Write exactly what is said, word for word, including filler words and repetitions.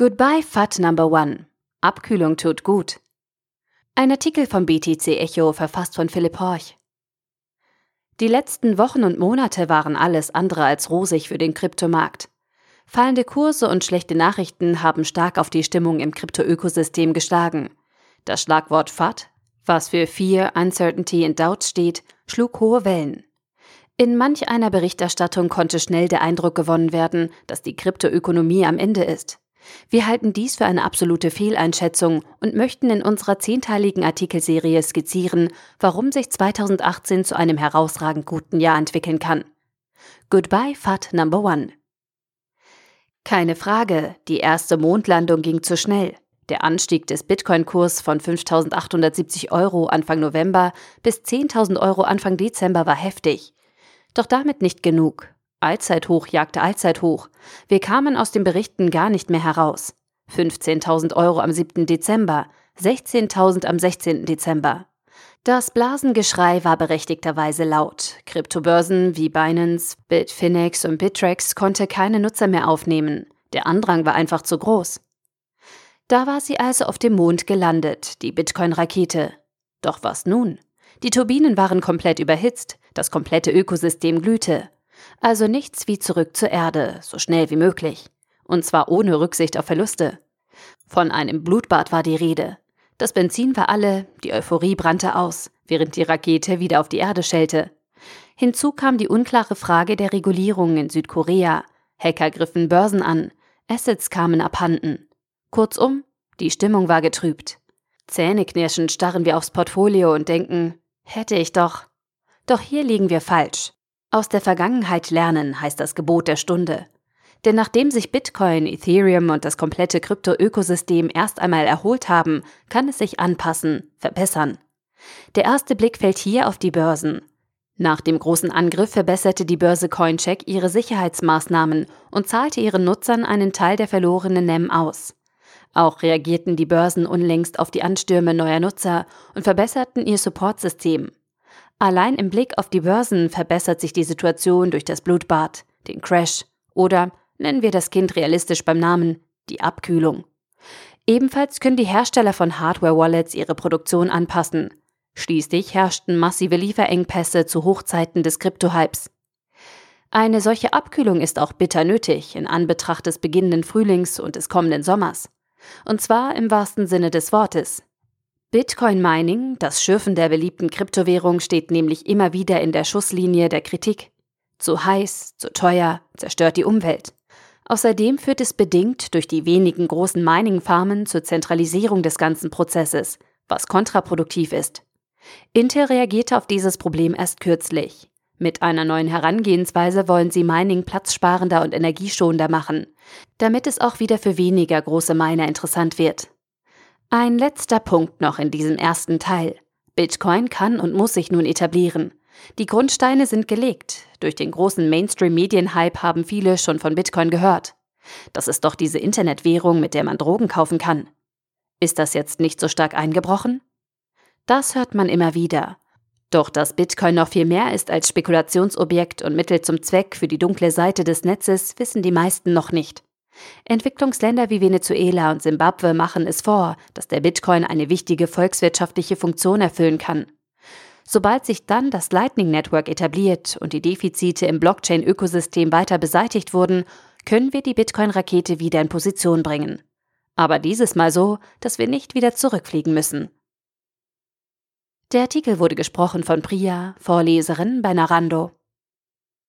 Goodbye F A T Number One. Abkühlung tut gut. Ein Artikel vom B T C Echo, verfasst von Philipp Horch. Die letzten Wochen und Monate waren alles andere als rosig für den Kryptomarkt. Fallende Kurse und schlechte Nachrichten haben stark auf die Stimmung im Krypto-Ökosystem geschlagen. Das Schlagwort F A T, was für Fear, Uncertainty and Doubt steht, schlug hohe Wellen. In manch einer Berichterstattung konnte schnell der Eindruck gewonnen werden, dass die Kryptoökonomie am Ende ist. Wir halten dies für eine absolute Fehleinschätzung und möchten in unserer zehnteiligen Artikelserie skizzieren, warum sich zweitausendachtzehn zu einem herausragend guten Jahr entwickeln kann. Goodbye F A T Number One. Keine Frage, die erste Mondlandung ging zu schnell. Der Anstieg des Bitcoin-Kurs von fünftausendachthundertsiebzig Euro Anfang November bis zehntausend Euro Anfang Dezember war heftig. Doch damit nicht genug. Allzeithoch jagte Allzeithoch. Wir kamen aus den Berichten gar nicht mehr heraus. fünfzehntausend Euro am siebten Dezember, sechzehntausend am sechzehnten Dezember. Das Blasengeschrei war berechtigterweise laut. Kryptobörsen wie Binance, Bitfinex und Bittrex konnte keine Nutzer mehr aufnehmen. Der Andrang war einfach zu groß. Da war sie also auf dem Mond gelandet, die Bitcoin-Rakete. Doch was nun? Die Turbinen waren komplett überhitzt, das komplette Ökosystem glühte. Also nichts wie zurück zur Erde, so schnell wie möglich. Und zwar ohne Rücksicht auf Verluste. Von einem Blutbad war die Rede. Das Benzin war alle, die Euphorie brannte aus, während die Rakete wieder auf die Erde schellte. Hinzu kam die unklare Frage der Regulierung in Südkorea. Hacker griffen Börsen an, Assets kamen abhanden. Kurzum, die Stimmung war getrübt. Zähneknirschend starren wir aufs Portfolio und denken, hätte ich doch. Doch hier liegen wir falsch. Aus der Vergangenheit lernen heißt das Gebot der Stunde. Denn nachdem sich Bitcoin, Ethereum und das komplette Krypto-Ökosystem erst einmal erholt haben, kann es sich anpassen, verbessern. Der erste Blick fällt hier auf die Börsen. Nach dem großen Angriff verbesserte die Börse Coincheck ihre Sicherheitsmaßnahmen und zahlte ihren Nutzern einen Teil der verlorenen N E M aus. Auch reagierten die Börsen unlängst auf die Anstürme neuer Nutzer und verbesserten ihr Supportsystem. Allein im Blick auf die Börsen verbessert sich die Situation durch das Blutbad, den Crash oder, nennen wir das Kind realistisch beim Namen, die Abkühlung. Ebenfalls können die Hersteller von Hardware-Wallets ihre Produktion anpassen. Schließlich herrschten massive Lieferengpässe zu Hochzeiten des Krypto-Hypes. Eine solche Abkühlung ist auch bitter nötig in Anbetracht des beginnenden Frühlings und des kommenden Sommers. Und zwar im wahrsten Sinne des Wortes. Bitcoin-Mining, das Schürfen der beliebten Kryptowährung, steht nämlich immer wieder in der Schusslinie der Kritik. Zu heiß, zu teuer, zerstört die Umwelt. Außerdem führt es bedingt durch die wenigen großen Mining-Farmen zur Zentralisierung des ganzen Prozesses, was kontraproduktiv ist. Intel reagierte auf dieses Problem erst kürzlich. Mit einer neuen Herangehensweise wollen sie Mining platzsparender und energieschonender machen, damit es auch wieder für weniger große Miner interessant wird. Ein letzter Punkt noch in diesem ersten Teil. Bitcoin kann und muss sich nun etablieren. Die Grundsteine sind gelegt. Durch den großen Mainstream-Medien-Hype haben viele schon von Bitcoin gehört. Das ist doch diese Internetwährung, mit der man Drogen kaufen kann. Ist das jetzt nicht so stark eingebrochen? Das hört man immer wieder. Doch dass Bitcoin noch viel mehr ist als Spekulationsobjekt und Mittel zum Zweck für die dunkle Seite des Netzes, wissen die meisten noch nicht. Entwicklungsländer wie Venezuela und Simbabwe machen es vor, dass der Bitcoin eine wichtige volkswirtschaftliche Funktion erfüllen kann. Sobald sich dann das Lightning Network etabliert und die Defizite im Blockchain-Ökosystem weiter beseitigt wurden, können wir die Bitcoin-Rakete wieder in Position bringen. Aber dieses Mal so, dass wir nicht wieder zurückfliegen müssen. Der Artikel wurde gesprochen von Priya, Vorleserin bei Narando.